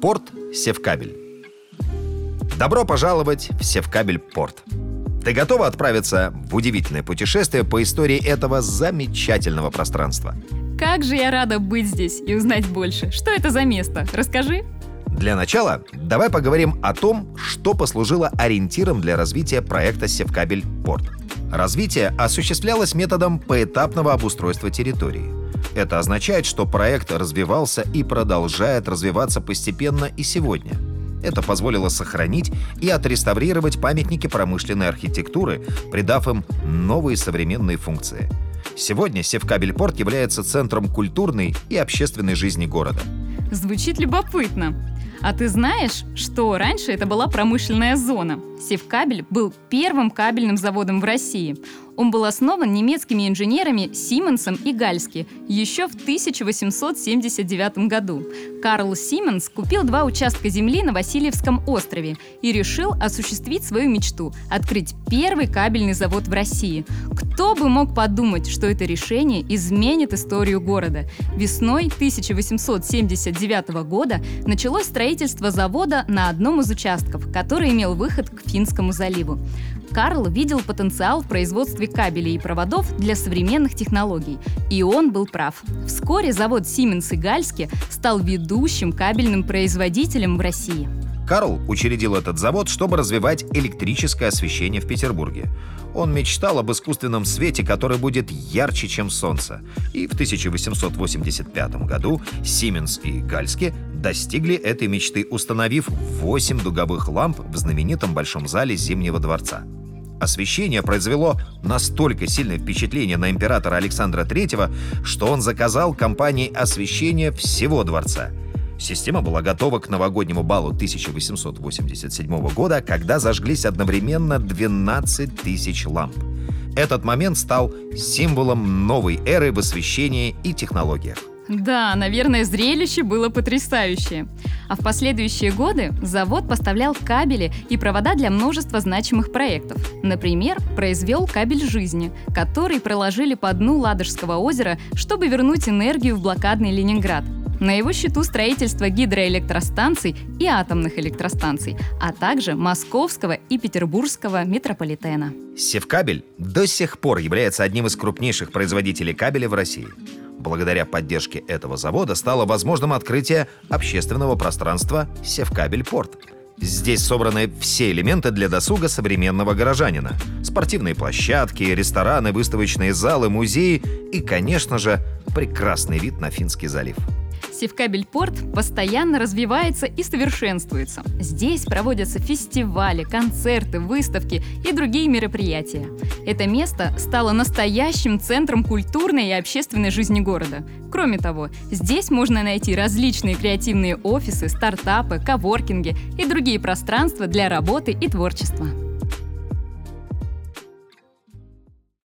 Порт Севкабель. Добро пожаловать в Севкабель-порт. Ты готова отправиться в удивительное путешествие по истории этого замечательного пространства? Как же я рада быть здесь и узнать больше. Что это за место? Расскажи. Для начала давай поговорим о том, что послужило ориентиром для развития проекта Севкабель-порт. Развитие осуществлялось методом поэтапного обустройства территории. Это означает, что проект развивался и продолжает развиваться постепенно и сегодня. Это позволило сохранить и отреставрировать памятники промышленной архитектуры, придав им новые современные функции. Сегодня Севкабель-порт является центром культурной и общественной жизни города. Звучит любопытно. А ты знаешь, что раньше это была промышленная зона? Севкабель был первым кабельным заводом в России. Он был основан немецкими инженерами Сименсом и Гальски еще в 1879 году. Карл Сименс купил 2 участка земли на Васильевском острове и решил осуществить свою мечту – открыть первый кабельный завод в России. Кто бы мог подумать, что это решение изменит историю города? Весной 1879 года началось строительство завода на одном из участков, который имел выход к Финскому заливу. Карл видел потенциал в производстве кабелей и проводов для современных технологий. И он был прав. Вскоре завод Сименс и Гальски стал ведущим кабельным производителем в России. Карл учредил этот завод, чтобы развивать электрическое освещение в Петербурге. Он мечтал об искусственном свете, который будет ярче, чем солнце. И в 1885 году Сименс и Гальски достигли этой мечты, установив 8 дуговых ламп в знаменитом Большом зале Зимнего дворца. Освещение произвело настолько сильное впечатление на императора Александра III, что он заказал компании освещения всего дворца. Система была готова к новогоднему балу 1887 года, когда зажглись одновременно 12 тысяч ламп. Этот момент стал символом новой эры в освещении и технологиях. Да, наверное, зрелище было потрясающее. А в последующие годы завод поставлял кабели и провода для множества значимых проектов. Например, произвел кабель жизни, который проложили по дну Ладожского озера, чтобы вернуть энергию в блокадный Ленинград. На его счету строительство гидроэлектростанций и атомных электростанций, а также московского и петербургского метрополитена. Севкабель до сих пор является одним из крупнейших производителей кабеля в России. Благодаря поддержке этого завода стало возможным открытие общественного пространства Севкабель-порт. Здесь собраны все элементы для досуга современного горожанина. Спортивные площадки, рестораны, выставочные залы, музеи и, конечно же, прекрасный вид на Финский залив. Севкабель-порт постоянно развивается и совершенствуется. Здесь проводятся фестивали, концерты, выставки и другие мероприятия. Это место стало настоящим центром культурной и общественной жизни города. Кроме того, здесь можно найти различные креативные офисы, стартапы, коворкинги и другие пространства для работы и творчества.